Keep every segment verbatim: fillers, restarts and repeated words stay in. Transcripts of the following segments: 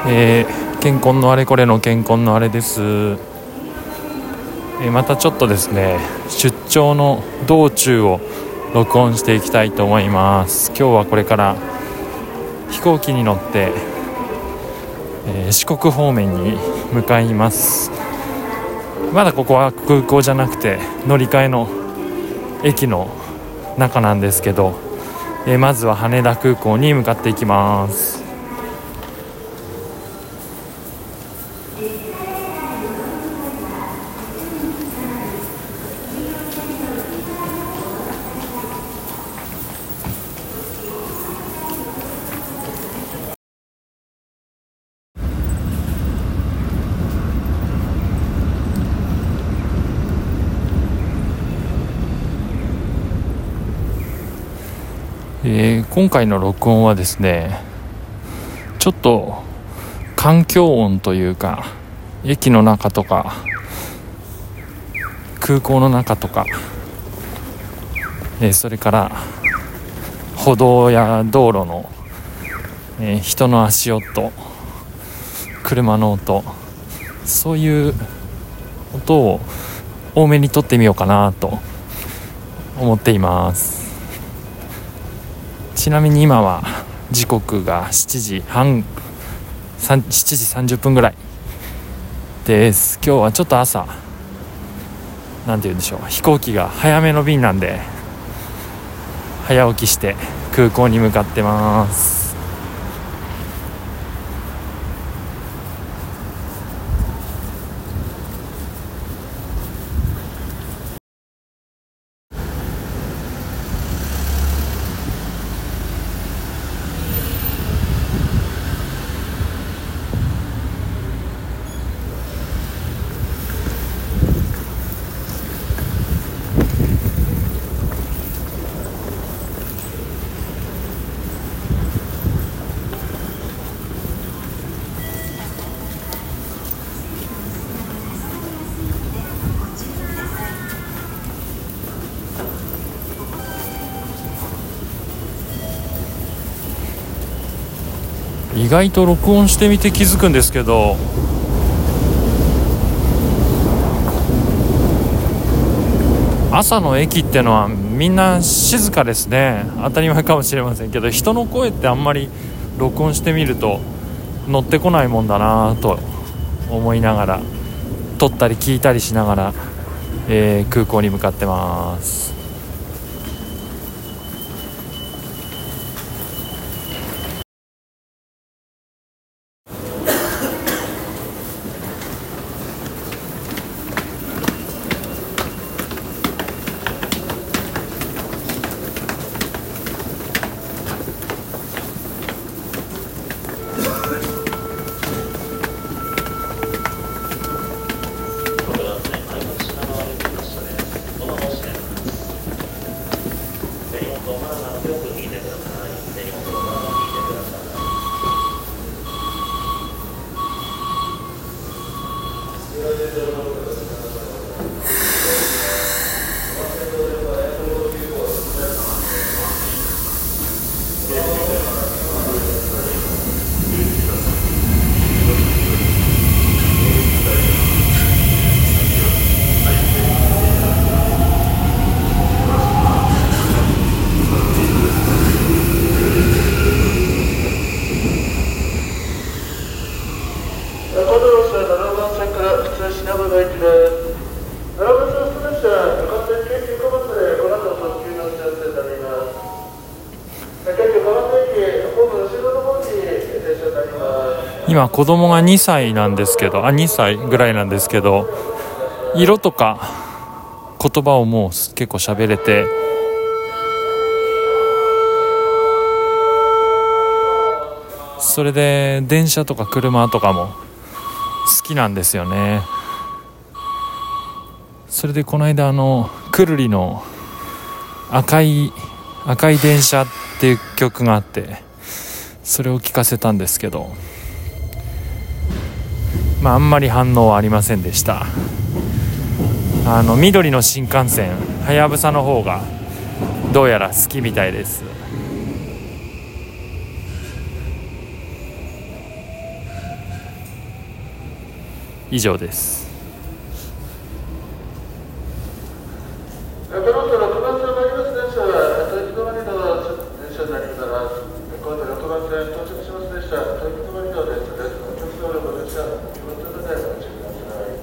えー、健康のあれこれの健康のあれです、えー、またちょっとですね出張の道中を録音していきたいと思います。今日はこれから飛行機に乗って、えー、四国方面に向かいます。まだここは空港じゃなくて乗り換えの駅の中なんですけど、えー、まずは羽田空港に向かっていきます。えー、今回の録音はですねちょっと環境音というか駅の中とか空港の中とか、えー、それから歩道や道路の、えー、人の足音、車の音、そういう音を多めに撮ってみようかなと思っています。ちなみに今は時刻がしちじはん、しちじさんじゅっぷんぐらいです。今日はちょっと朝なんて言うんでしょう、飛行機が早めの便なんで早起きして空港に向かってます。意外と録音してみて気づくんですけど、朝の駅ってのはみんな静かですね。当たり前かもしれませんけど、人の声ってあんまり録音してみると乗ってこないもんだなと思いながら撮ったり聞いたりしながら、えー、空港に向かってます。今子供がにさいなんですけど、あにさいぐらいなんですけど、色とか言葉をもう結構喋れて、それで電車とか車とかも好きなんですよね。それでこの間あのくるりの赤い赤い電車っていう曲があって、それを聞かせたんですけど、まああんまり反応はありませんでした。あの緑の新幹線はやぶさの方がどうやら好きみたいです。 以上です。 この後ろくばん線参ります電車は東京止まりの電車になります。この後ろくばん線到着します電車、東京止まりの電車です。お客様の電車、気持ちよくでお待ちください。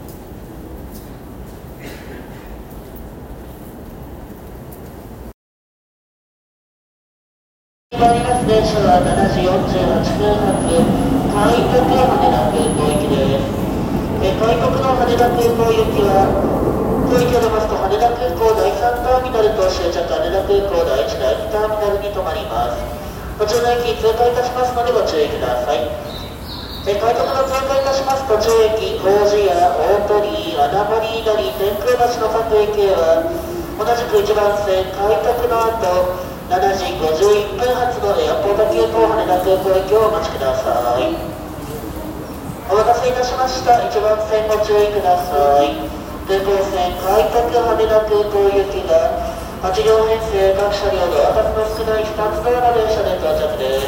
参ります電車はしちじよんじゅうはちふん発、開拓羽田空港行きです。開拓の羽田空港行きは東京出ますと羽田空港だいさんターミナルと終着羽田空港だいいちだいにターミナルに停まります。途中の駅通過いたしますのでご注意ください。開拓の通過いたします途中駅、工事や大鳥居、穴守稲荷、天空橋の各駅へは同じくいちばん線開拓の後しちじごじゅういっぷん発のエアポート急行羽田空港行きをお待ちください。お待たせいたしました。いちばん線ご注意ください。空港線開拓羽田空港行きがはちりょう編成各車両で開かずの少ないふたつの電車で到着です。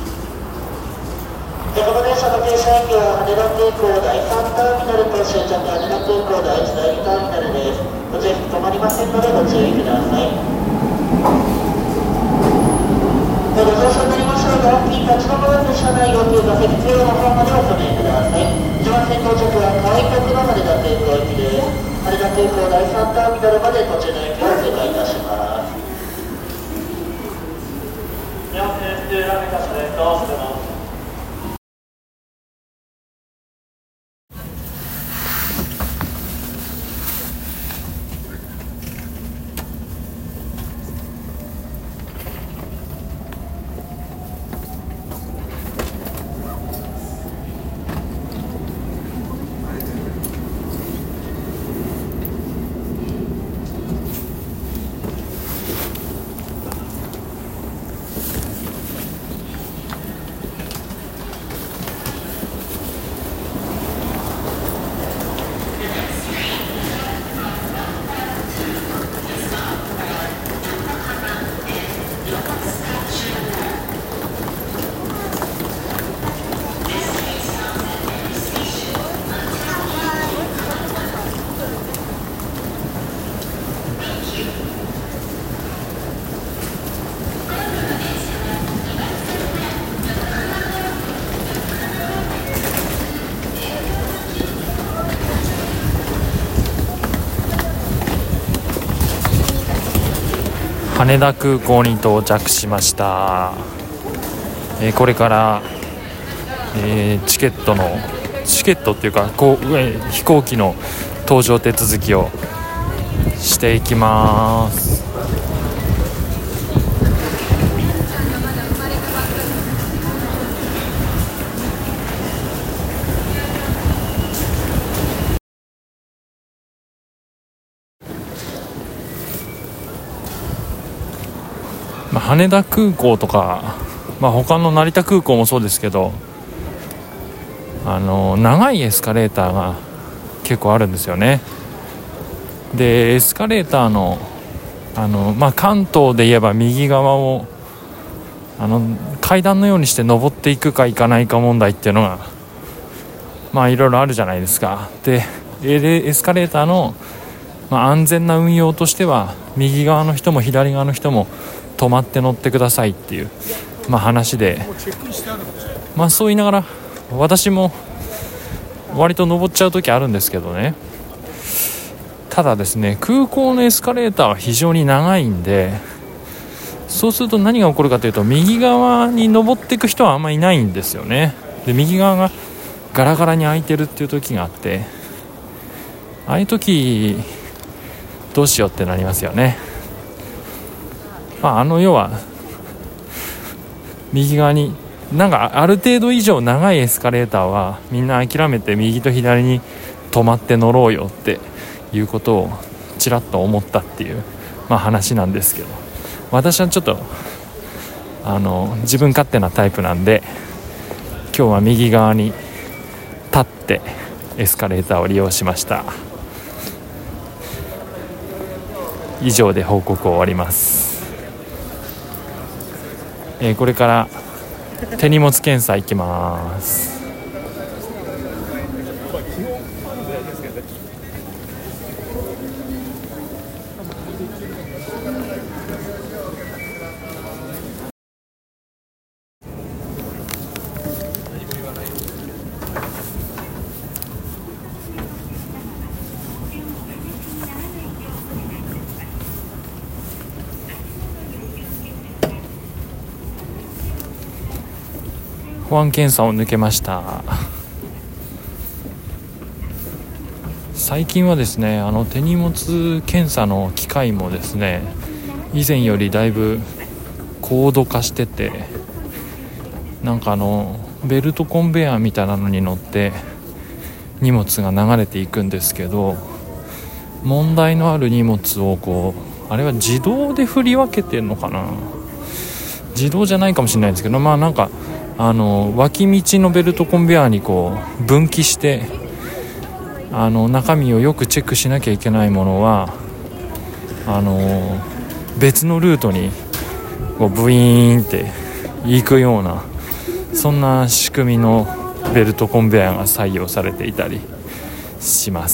この電車の停車駅は羽田空港だいさんターミナルと終着羽田空港だいいちだいにターミナルです。途中止まりませんのでご注意ください。ご乗車になりましたら、大きい立ち止まらず車内を通過席中の方までお止めください。いちばん線到着は開拓の羽田空港行きです。羽田空港だいさんターミナルまで途中の駅を通過いたします。では、停止ラメカ車です。どうするの羽田空港に到着しました。えー、これから、えー、チケットのチケットっていうかこう、えー、飛行機の搭乗手続きをしていきます。羽田空港とか、まあ、他の成田空港もそうですけど、あの長いエスカレーターが結構あるんですよね。でエスカレーターの、あの、まあ、関東で言えば右側をあの階段のようにして登っていくか行かないか問題っていうのがまあいろいろあるじゃないですか。でエスカレーターの、まあ、安全な運用としては右側の人も左側の人も止まって乗ってくださいっていう、まあ、話で、まあ、そう言いながら私も割と登っちゃう時あるんですけどね。ただですね、空港のエスカレーターは非常に長いんで、そうすると何が起こるかというと右側に登っていく人はあんまりいないんですよね。で右側がガラガラに空いてるっていう時があって、ああいう時どうしようってなりますよね。まあ、あの要は右側になんかある程度以上長いエスカレーターはみんな諦めて右と左に止まって乗ろうよっていうことをちらっと思ったっていう、まあ、話なんですけど、私はちょっとあの自分勝手なタイプなんで今日は右側に立ってエスカレーターを利用しました。以上で報告を終わります。えー、これから手荷物検査行きます。 保安検査を抜けました。最近はですね、あの手荷物検査の機械もですね、以前よりだいぶ高度化してて、なんかあのベルトコンベヤーみたいなのに乗って荷物が流れていくんですけど、問題のある荷物をこう、あれは自動で振り分けてんのかな、自動じゃないかもしれないんですけど、まあなんかあの脇道のベルトコンベヤーにこう分岐して、あの中身をよくチェックしなきゃいけないものはあの別のルートにこうブイーンって行くような、そんな仕組みのベルトコンベヤーが採用されていたりします。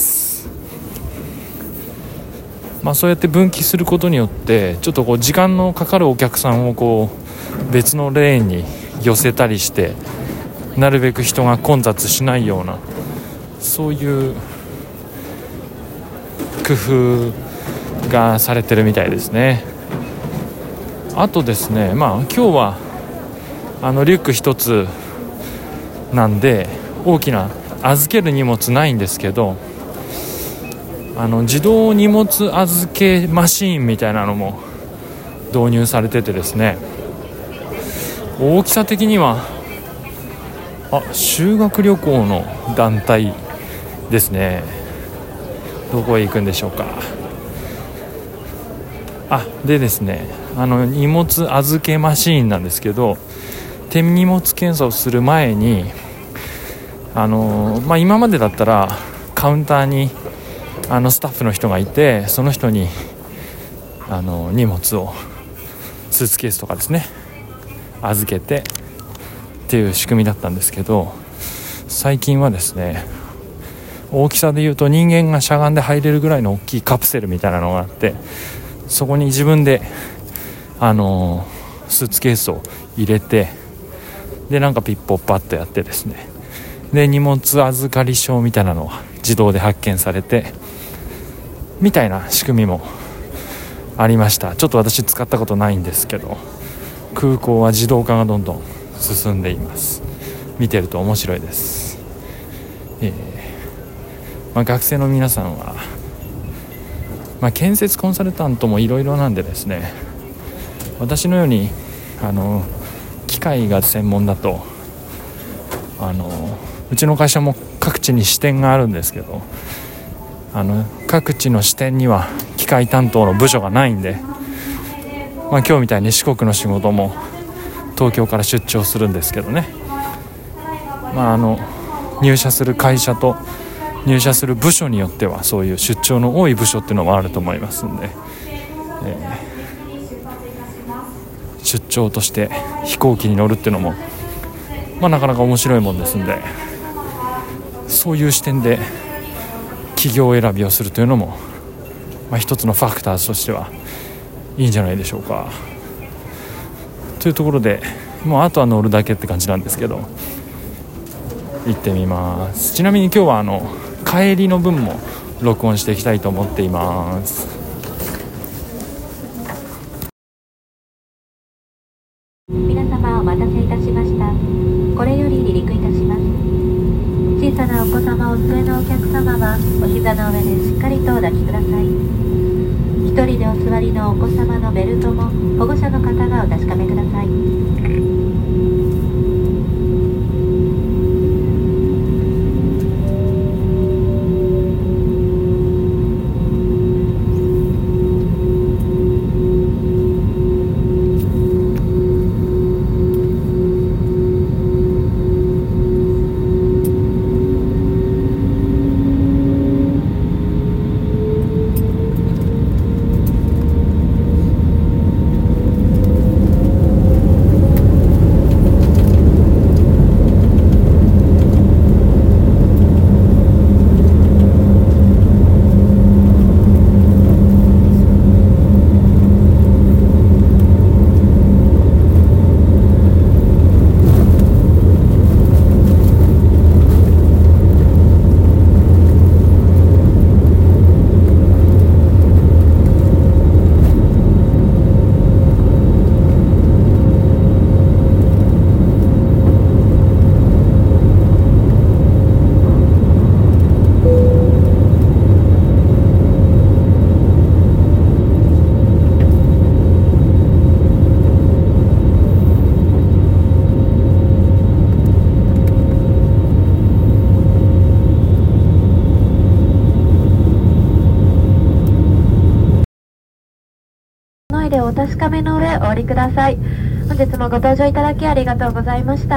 まあそうやって分岐することによってちょっとこう時間のかかるお客さんをこう別のレーンに寄せたりして、なるべく人が混雑しないような、そういう工夫がされてるみたいですね。あとですね、まあ今日はあのリュック一つなんで大きな預ける荷物ないんですけど、あの自動荷物預けマシーンみたいなのも導入されててですね、大きさ的にはあ修学旅行の団体ですね。どこへ行くんでしょうか。あでですね、あの荷物預けマシーンなんですけど、手荷物検査をする前にあの、まあ、今までだったらカウンターにあのスタッフの人がいて、その人にあの荷物をスーツケースとかですね預けてっていう仕組みだったんですけど、最近はですね、大きさでいうと人間がしゃがんで入れるぐらいの大きいカプセルみたいなのがあって、そこに自分であのスーツケースを入れて、でなんかピッポッパッとやってですね、で荷物預かり証みたいなのが自動で発見されてみたいな仕組みもありました。ちょっと私使ったことないんですけど、空港は自動化がどんどん進んでいます。見てると面白いです。えーまあ、学生の皆さんは、まあ、建設コンサルタントもいろいろなんでですね、私のようにあの機械が専門だと、あのうちの会社も各地に支店があるんですけど、あの各地の支店には機械担当の部署がないんで、まあ、今日みたいに四国の仕事も東京から出張するんですけどね、まあ、あの入社する会社と入社する部署によってはそういう出張の多い部署っていうのもあると思いますんで、えー、出張として飛行機に乗るっていうのも、まあ、なかなか面白いもんですんで、そういう視点で企業選びをするというのも、まあ、一つのファクターとしてはいいんじゃないでしょうか。というところで、もうあとは乗るだけって感じなんですけど、行ってみます。ちなみに今日はあの帰りの分も録音していきたいと思っています。 皆様お待たせいたしました。これより離陸いたします。小さなお子様をお連れのお客様はお膝の上でしっかりとお抱きください。一人でお座りのお子様のベルトも保護者の方がお確かめください。 確かめの上お降りください。本日もご搭乗いただきありがとうございました。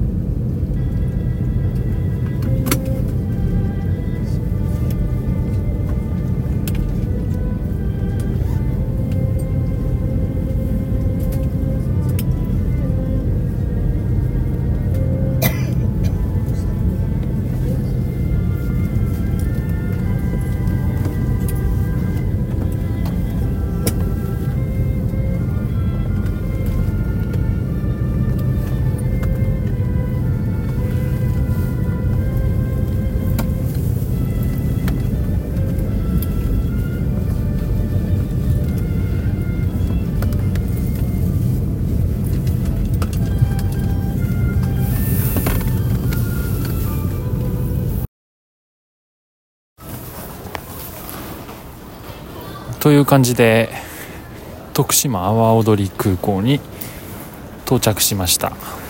という感じで徳島阿波踊り空港に到着しました。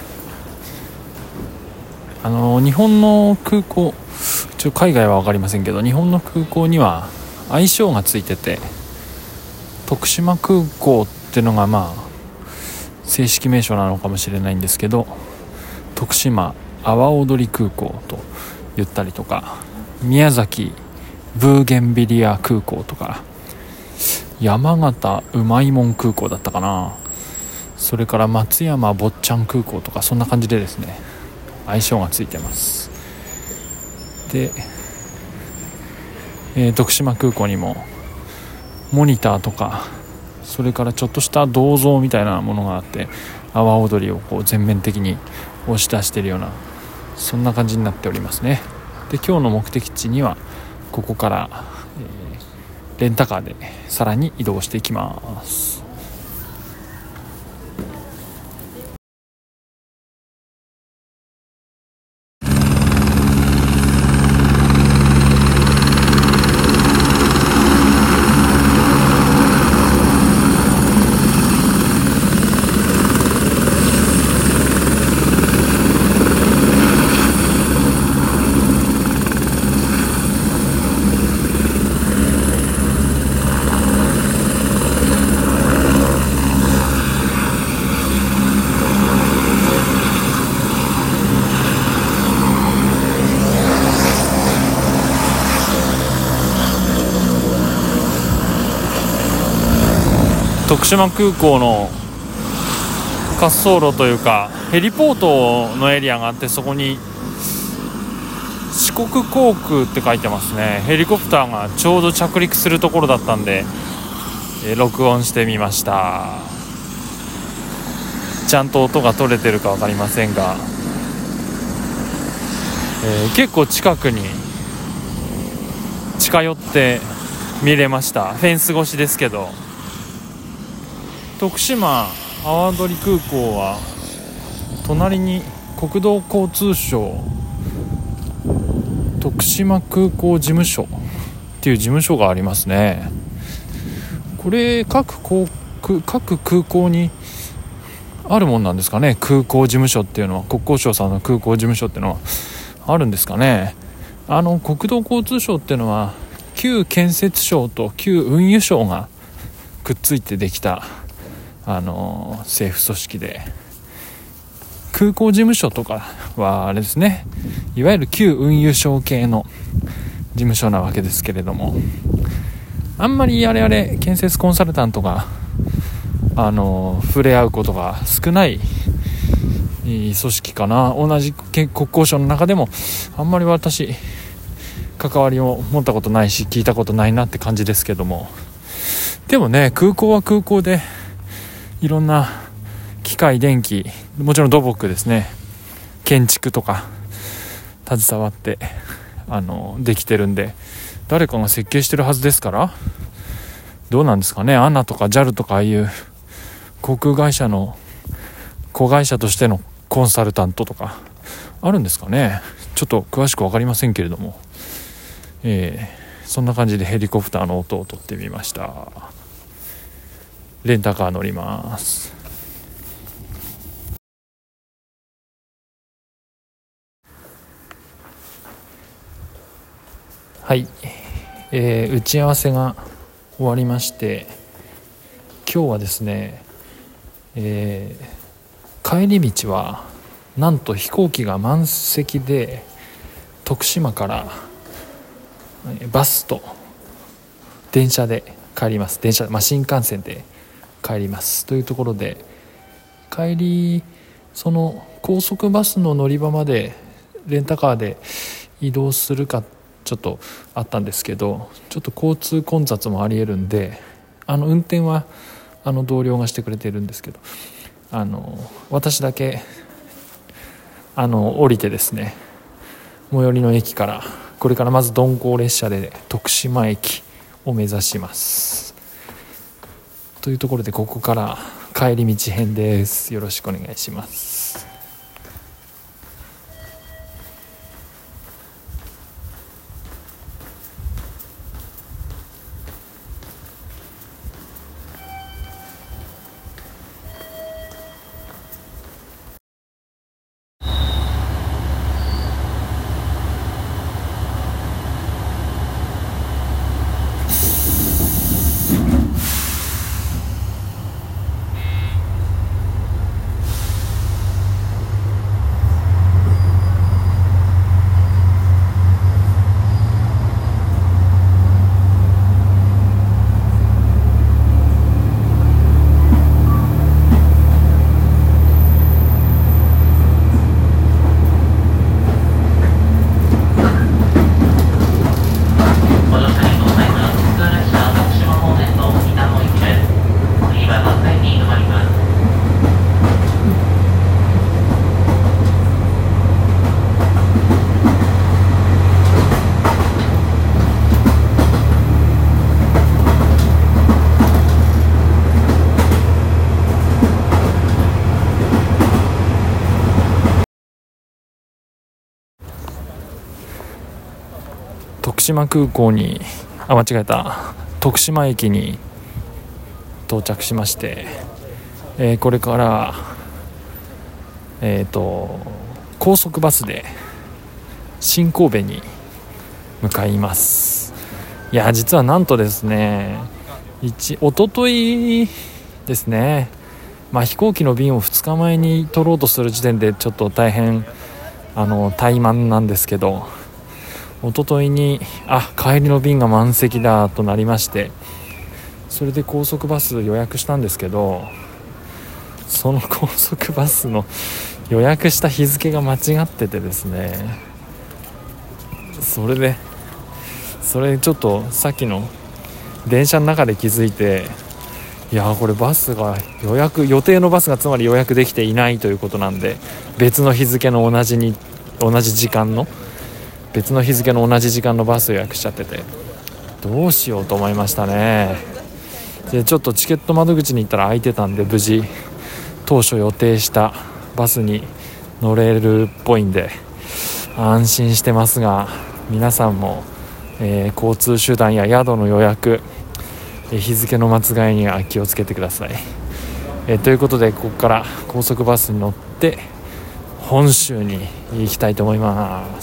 あの日本の空港、ちょ海外は分かりませんけど、日本の空港には愛称がついてて、徳島空港っていうのがまあ正式名称なのかもしれないんですけど、徳島阿波踊り空港と言ったりとか、宮崎ブーゲンビリア空港とか、山形うまいもん空港だったかな、それから松山坊ちゃん空港とか、そんな感じでですね愛称がついてます。で、えー、徳島空港にもモニターとか、それからちょっとした銅像みたいなものがあって、阿波踊りをこう全面的に押し出しているような、そんな感じになっておりますね。で、今日の目的地にはここから、えーレンタカーでさらに移動していきます。徳島空港の滑走路というかヘリポートのエリアがあって、そこに四国航空って書いてますね。ヘリコプターがちょうど着陸するところだったんで、えー、録音してみました。ちゃんと音が取れてるか分かりませんが、えー、結構近くに近寄って見れました。フェンス越しですけど。徳島阿波踊り空港は隣に国土交通省徳島空港事務所っていう事務所がありますね。これ各航空各空港にあるもんなんですかね。空港事務所っていうのは、国交省さんの空港事務所っていうのはあるんですかね。あの国土交通省っていうのは旧建設省と旧運輸省がくっついてできたあの政府組織で、空港事務所とかはあれですね、いわゆる旧運輸省系の事務所なわけですけれども、あんまり我々建設コンサルタントがあの触れ合うことが少ない組織かな。同じ国交省の中でもあんまり私関わりを持ったことないし聞いたことないなって感じですけども、でもね、空港は空港でいろんな機械電気、もちろん土木ですね、建築とか携わってあのできてるんで、誰かが設計してるはずですから、どうなんですかね。アナとか ジャル とかああいう航空会社の子会社としてのコンサルタントとかあるんですかね。ちょっと詳しく分かりませんけれども、えー、そんな感じでヘリコプターの音を取ってみました。レンタカー乗ります。はい、えー、打ち合わせが終わりまして、 今日はですね、えー、帰り道はなんと飛行機が満席で、徳島からバスと電車で帰ります。電車、まあ、新幹線で帰りますというところで、帰りその高速バスの乗り場までレンタカーで移動するかちょっとあったんですけど、ちょっと交通混雑もありえるんで、あの運転はあの同僚がしてくれているんですけど、あの私だけあの降りてですね、最寄りの駅からこれからまず鈍行列車で徳島駅を目指しますというところで、ここから帰り道編です。よろしくお願いします。徳島空港にあ間違えた徳島駅に到着しまして、えー、これからえーと高速バスで新神戸に向かいます。いや実はなんとですね、おとといですね、まあ、飛行機の便をふつかまえに取ろうとする時点でちょっと大変あの怠慢なんですけど、おとといにあ帰りの便が満席だとなりまして、それで高速バス予約したんですけど、その高速バスの予約した日付が間違っててですね、それでそれちょっとさっきの電車の中で気づいて、いやこれバスが予約予定のバスがつまり予約できていないということなんで、別の日付の同じに同じ時間の別の日付の同じ時間のバスを予約しちゃってて、どうしようと思いましたね。でちょっとチケット窓口に行ったら空いてたんで、無事当初予定したバスに乗れるっぽいんで安心してますが、皆さんも、えー、交通手段や宿の予約、えー、日付の間違いには気をつけてください。えー、ということでここから高速バスに乗って本州に行きたいと思います。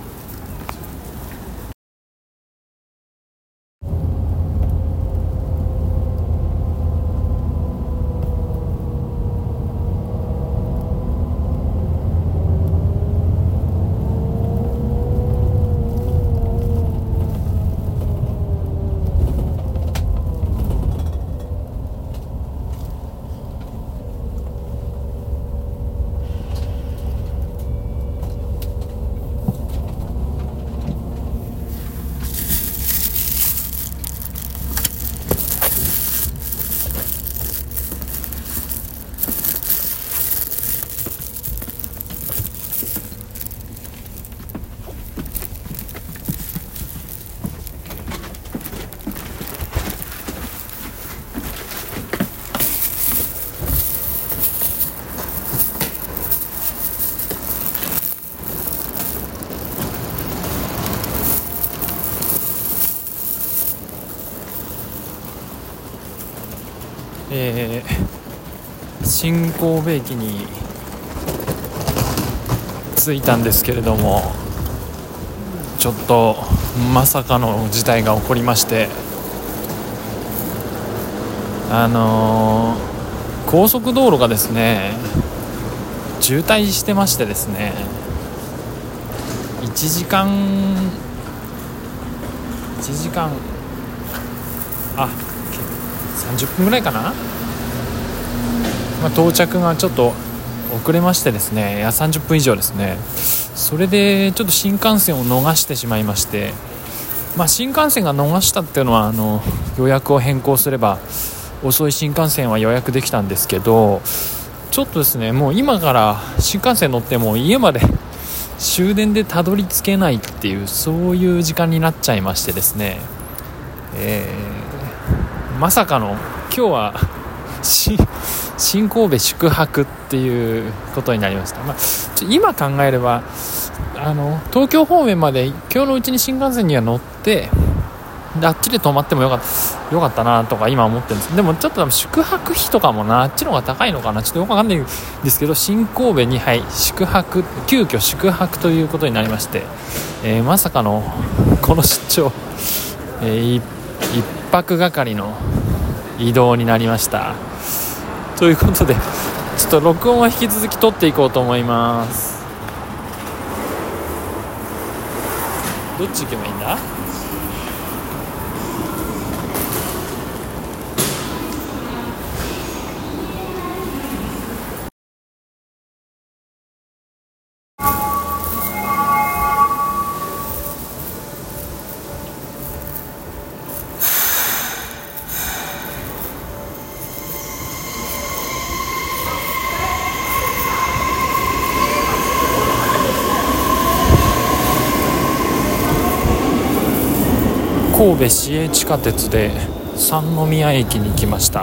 えー、新神戸駅に着いたんですけれども、ちょっとまさかの事態が起こりまして、 あのー、高速道路がですね渋滞してましてですね、いちじかんいちじかんあさんじゅっぷんぐらいかな、まあ、到着がちょっと遅れましてですね、いやさんじゅっぷん以上ですね。それでちょっと新幹線を逃してしまいまして、まあ、新幹線が逃したっていうのはあの予約を変更すれば遅い新幹線は予約できたんですけど、ちょっとですねもう今から新幹線乗っても家まで終電でたどり着けないっていう、そういう時間になっちゃいましてですね、えー、まさかの今日は新神戸宿泊っていうことになりました。まあ、今考えればあの東京方面まで今日のうちに新幹線には乗ってであっちで泊まってもよかった、よかったなとか今思ってるんです。でもちょっと宿泊費とかもなあっちの方が高いのかな、ちょっとよくわかんないんですけど、新神戸に、はい、宿泊急遽宿泊ということになりまして、えー、まさかのこの出張、えー、一泊がかりの移動になりました。ということでちょっと録音は引き続き撮っていこうと思います。どっち行けばいいんだ？神戸市営地下鉄で三宮駅に来ました。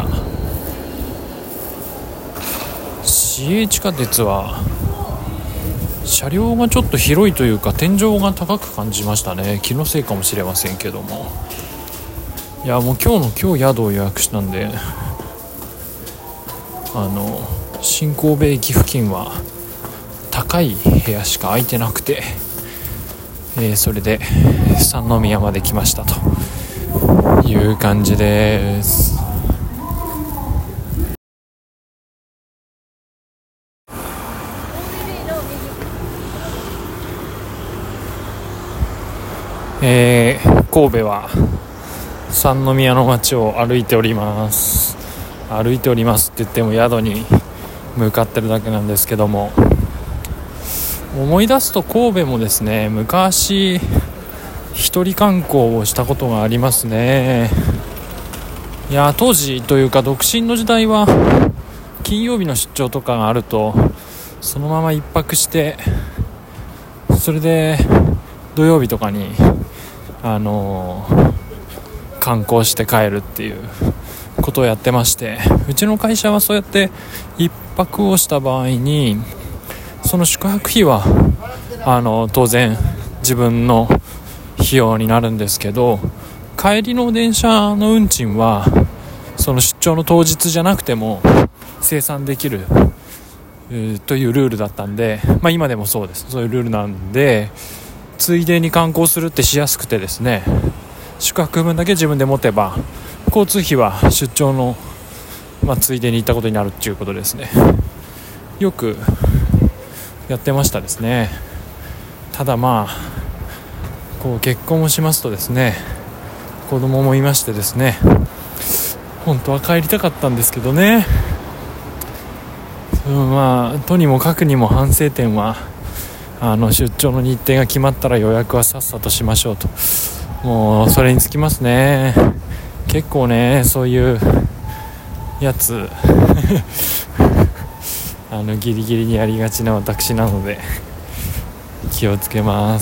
市営地下鉄は車両がちょっと広いというか天井が高く感じましたね。気のせいかもしれませんけども、いやもう今日の今日宿を予約したんで、あの新神戸駅付近は高い部屋しか空いてなくて、えー、それで三宮まで来ましたという感じです。えー、神戸は三宮の街を歩いております歩いておりますって言っても宿に向かってるだけなんですけども、思い出すと神戸もですね昔一人観光をしたことがありますね。いや当時というか独身の時代は金曜日の出張とかがあるとそのまま一泊して、それで土曜日とかにあのー、観光して帰るっていうことをやってまして、うちの会社はそうやって一泊をした場合にその宿泊費はあの当然自分の費用になるんですけど、帰りの電車の運賃はその出張の当日じゃなくても生産できるというルールだったんで、まあ今でもそうです、そういうルールなんでついでに観光するってしやすくてですね、宿泊分だけ自分で持てば交通費は出張の、まあ、ついでに行ったことになるっていうことですね。よくやってましたですね。ただまあこう結婚をしますとですね、子供もいましてですね、本当は帰りたかったんですけどね、うん、まあとにもかくにも反省点はあの出張の日程が決まったら予約はさっさとしましょうと、もうそれにつきますね。結構ねそういうやつあのギリギリにやりがちな私なので気をつけます。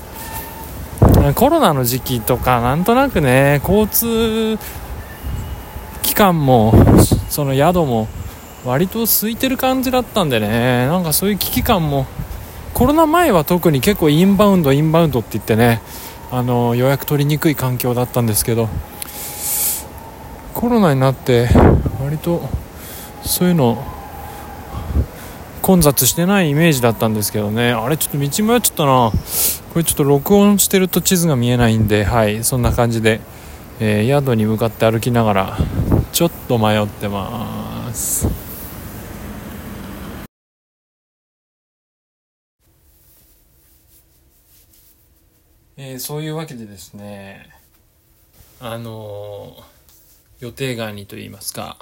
コロナの時期とかなんとなくね交通機関もその宿も割と空いてる感じだったんでね、なんかそういう危機感もコロナ前は特に結構インバウンドインバウンドって言ってね、あの予約取りにくい環境だったんですけど、コロナになって割とそういうの混雑してないイメージだったんですけどね。あれちょっと道迷っちゃったな。これちょっと録音してると地図が見えないんで、はいそんな感じで、えー、宿に向かって歩きながらちょっと迷ってます。えー、そういうわけでですね、あのー、予定外にと言いますか、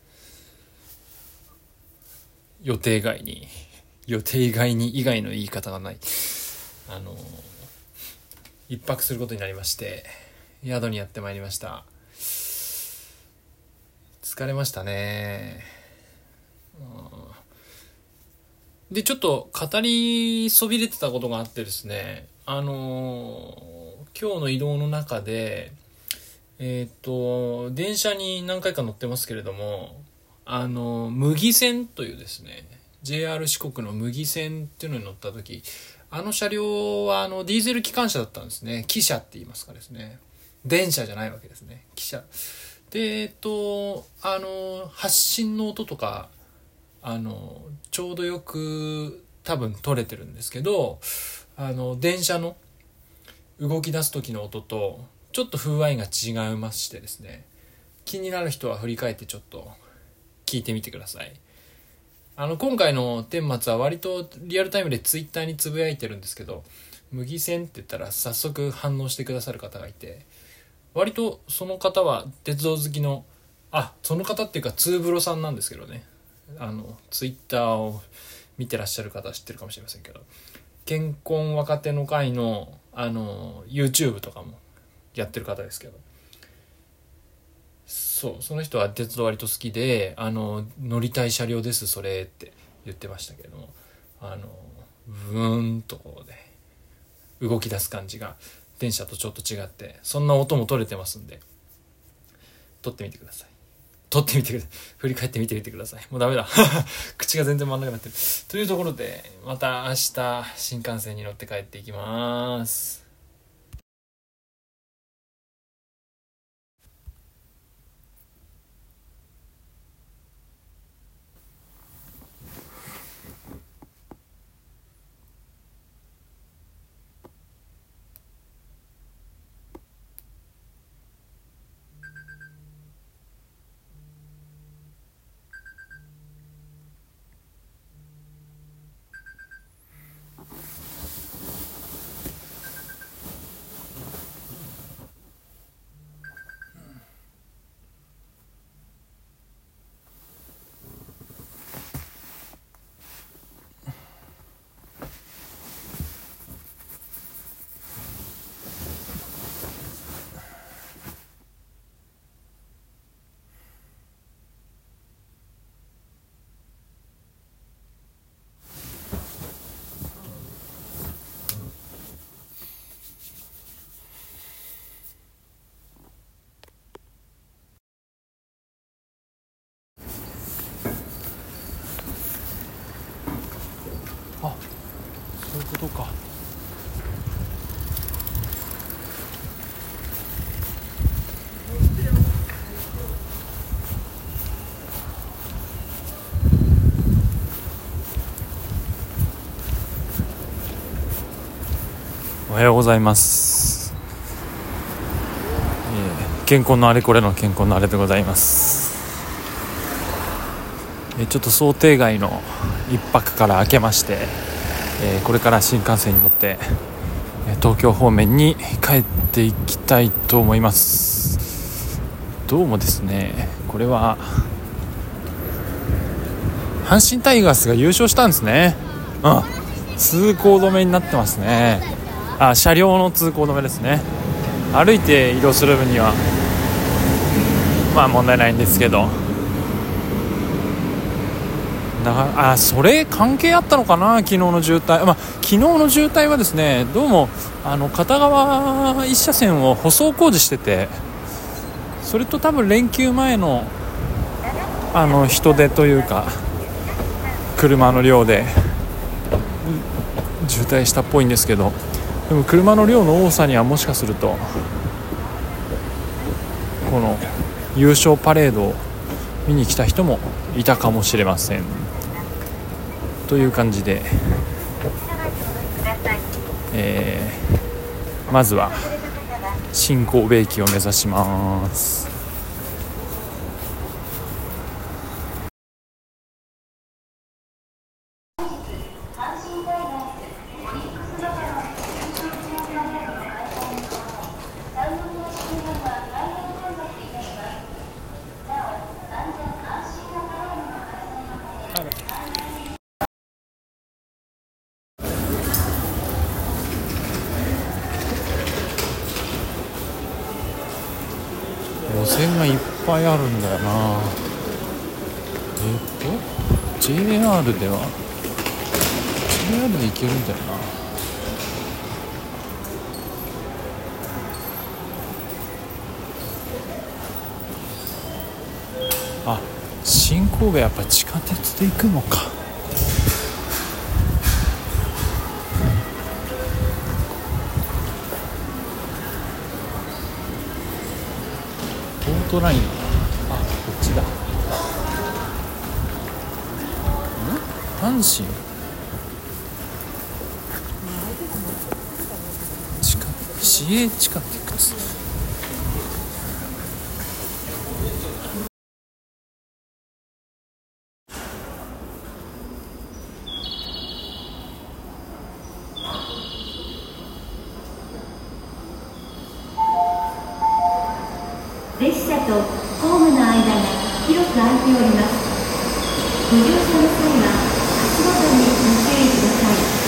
予定外に予定外に以外の言い方がない、あのー、一泊することになりまして、宿にやってまいりました。疲れましたね。でちょっと語りそびれてたことがあってですね、あのー、今日の移動の中でえっと電車に何回か乗ってますけれども、あのー、麦線というですね ジェイアール 四国の麦線っていうのに乗った時、あの車両はあのディーゼル機関車だったんですね。汽車って言いますかですね、電車じゃないわけですね、汽車で、えっとあの発進の音とかあのちょうどよく多分取れてるんですけど、あの電車の動き出す時の音とちょっと風合いが違いましてですね、気になる人は振り返ってちょっと聞いてみてください。あの今回の顛末は割とリアルタイムでツイッターにつぶやいてるんですけど、麦線って言ったら早速反応してくださる方がいて、割とその方は鉄道好きの、あ、その方っていうかツーブロさんなんですけどね、あのツイッターを見てらっしゃる方は知ってるかもしれませんけど、健康若手の会のあの YouTube とかもやってる方ですけど、そうその人は鉄道割と好きで、あの乗りたい車両ですそれって言ってましたけども、あのブーンとこうで動き出す感じが電車とちょっと違って、そんな音も取れてますんで撮ってみてください。撮ってみてください。振り返ってみてみてください。もうダメだ口が全然回んなくなってるというところで、また明日新幹線に乗って帰っていきます。あ、そういうことか。おはようございます、えー、健康のあれこれの健康のあれでございます。えー、ちょっと想定外の一泊から明けまして、えー、これから新幹線に乗って東京方面に帰っていきたいと思います。どうもですね、これは阪神タイガースが優勝したんですね。うん、通行止めになってますね。あ、車両の通行止めですね。歩いて移動する分にはまあ問題ないんですけど、だあそれ関係あったのかな、昨日の渋滞。まあ昨日の渋滞はですね、どうもあの片側一車線を舗装工事してて、それと多分連休前のあの人出というか車の量で渋滞したっぽいんですけど、でも車の量の多さにはもしかするとこの優勝パレードを見に来た人もいたかもしれませんという感じで、えー、まずは新神戸駅を目指します。 路線がいっぱいあるんだよな。えっと ジェイアール では ジェイアール で行けるんだよな。あ、新神戸やっぱ地下鉄で行くのか。ポートライン、あ、こっちだ。ん？阪神地下市営地下鉄。 列車とホームの間が広く空いております。ご乗車の際は足元にご注意ください。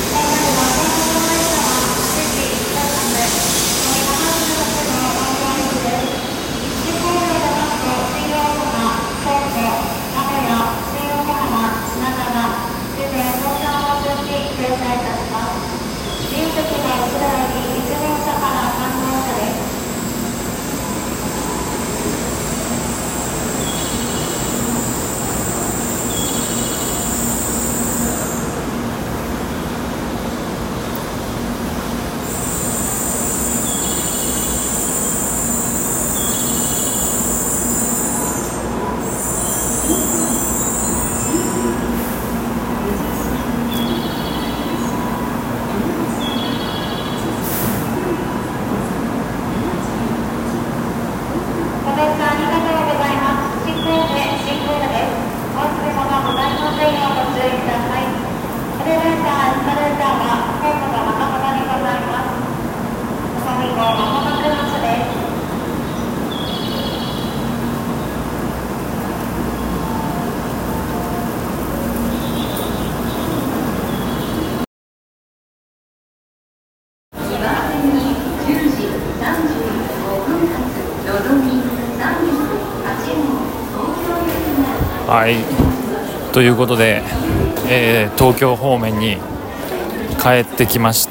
はい、ということで、えー、東京方面に帰ってきました。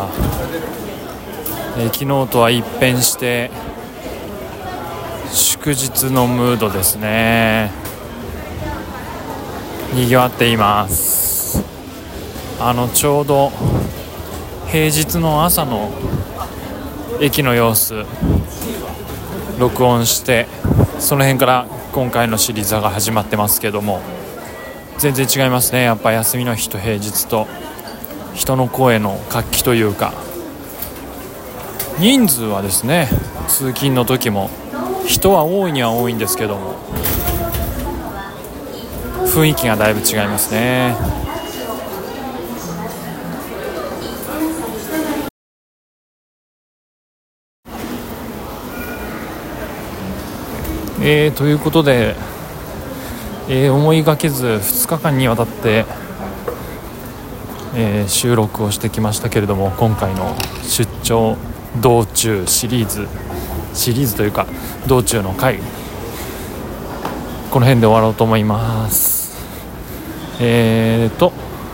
えー、昨日とは一変して祝日のムードですね。にぎわっています。あのちょうど平日の朝の駅の様子録音して、その辺から今回のシリーズが始まってますけども、全然違いますね。やっぱ休みの日と平日と人の声の活気というか、人数はですね、通勤の時も人は多いには多いんですけども、雰囲気がだいぶ違いますね。えー、ということで、えー、思いがけずふつかかんにわたって、えー、収録をしてきましたけれども、今回の出張道中シリーズシリーズというか道中の回、この辺で終わろうと思います。えーと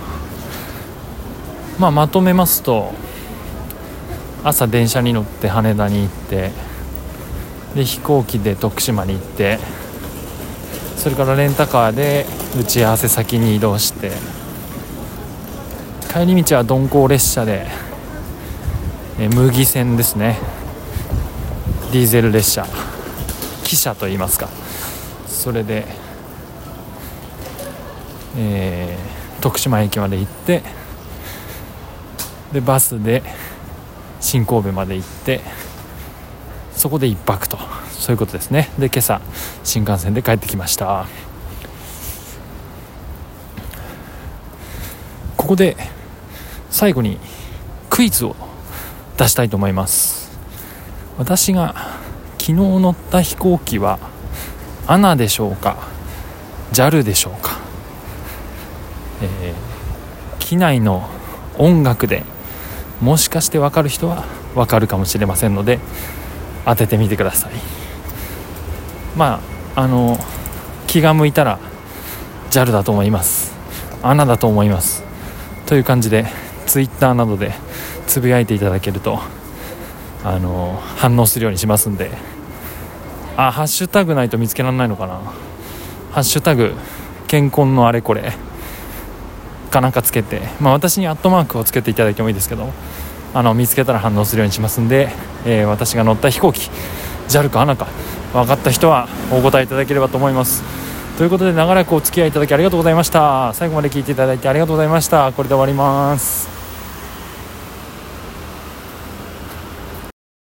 まあまとめますと、朝電車に乗って羽田に行って、で飛行機で徳島に行って、それからレンタカーで打ち合わせ先に移動して、帰り道は鈍行列車で、え麦線ですね、ディーゼル列車、汽車といいますか、それで、えー、徳島駅まで行って、でバスで新神戸まで行って、そこで一泊と、そういうことですね。で今朝新幹線で帰ってきました。ここで最後にクイズを出したいと思います。私が昨日乗った飛行機はアナでしょうか、 ジャル でしょうか。 えー、機内の音楽でもしかして分かる人は分かるかもしれませんので当ててみてください。まああの気が向いたら ジャル だと思います。アナだと思いますという感じでツイッターなどでつぶやいていただけるとあの反応するようにしますんで、あハッシュタグないと見つけられないのかな。ハッシュタグ健康のあれこれかなんかつけて、まあ、私にアットマークをつけていただいてもいいですけど、あの見つけたら反応するようにしますんで、えー、私が乗った飛行機 ジャル かアナか分かった人はお答えいただければと思います。ということで長らくお付き合いいただきありがとうございました。最後まで聞いていただいてありがとうございました。これで終わります。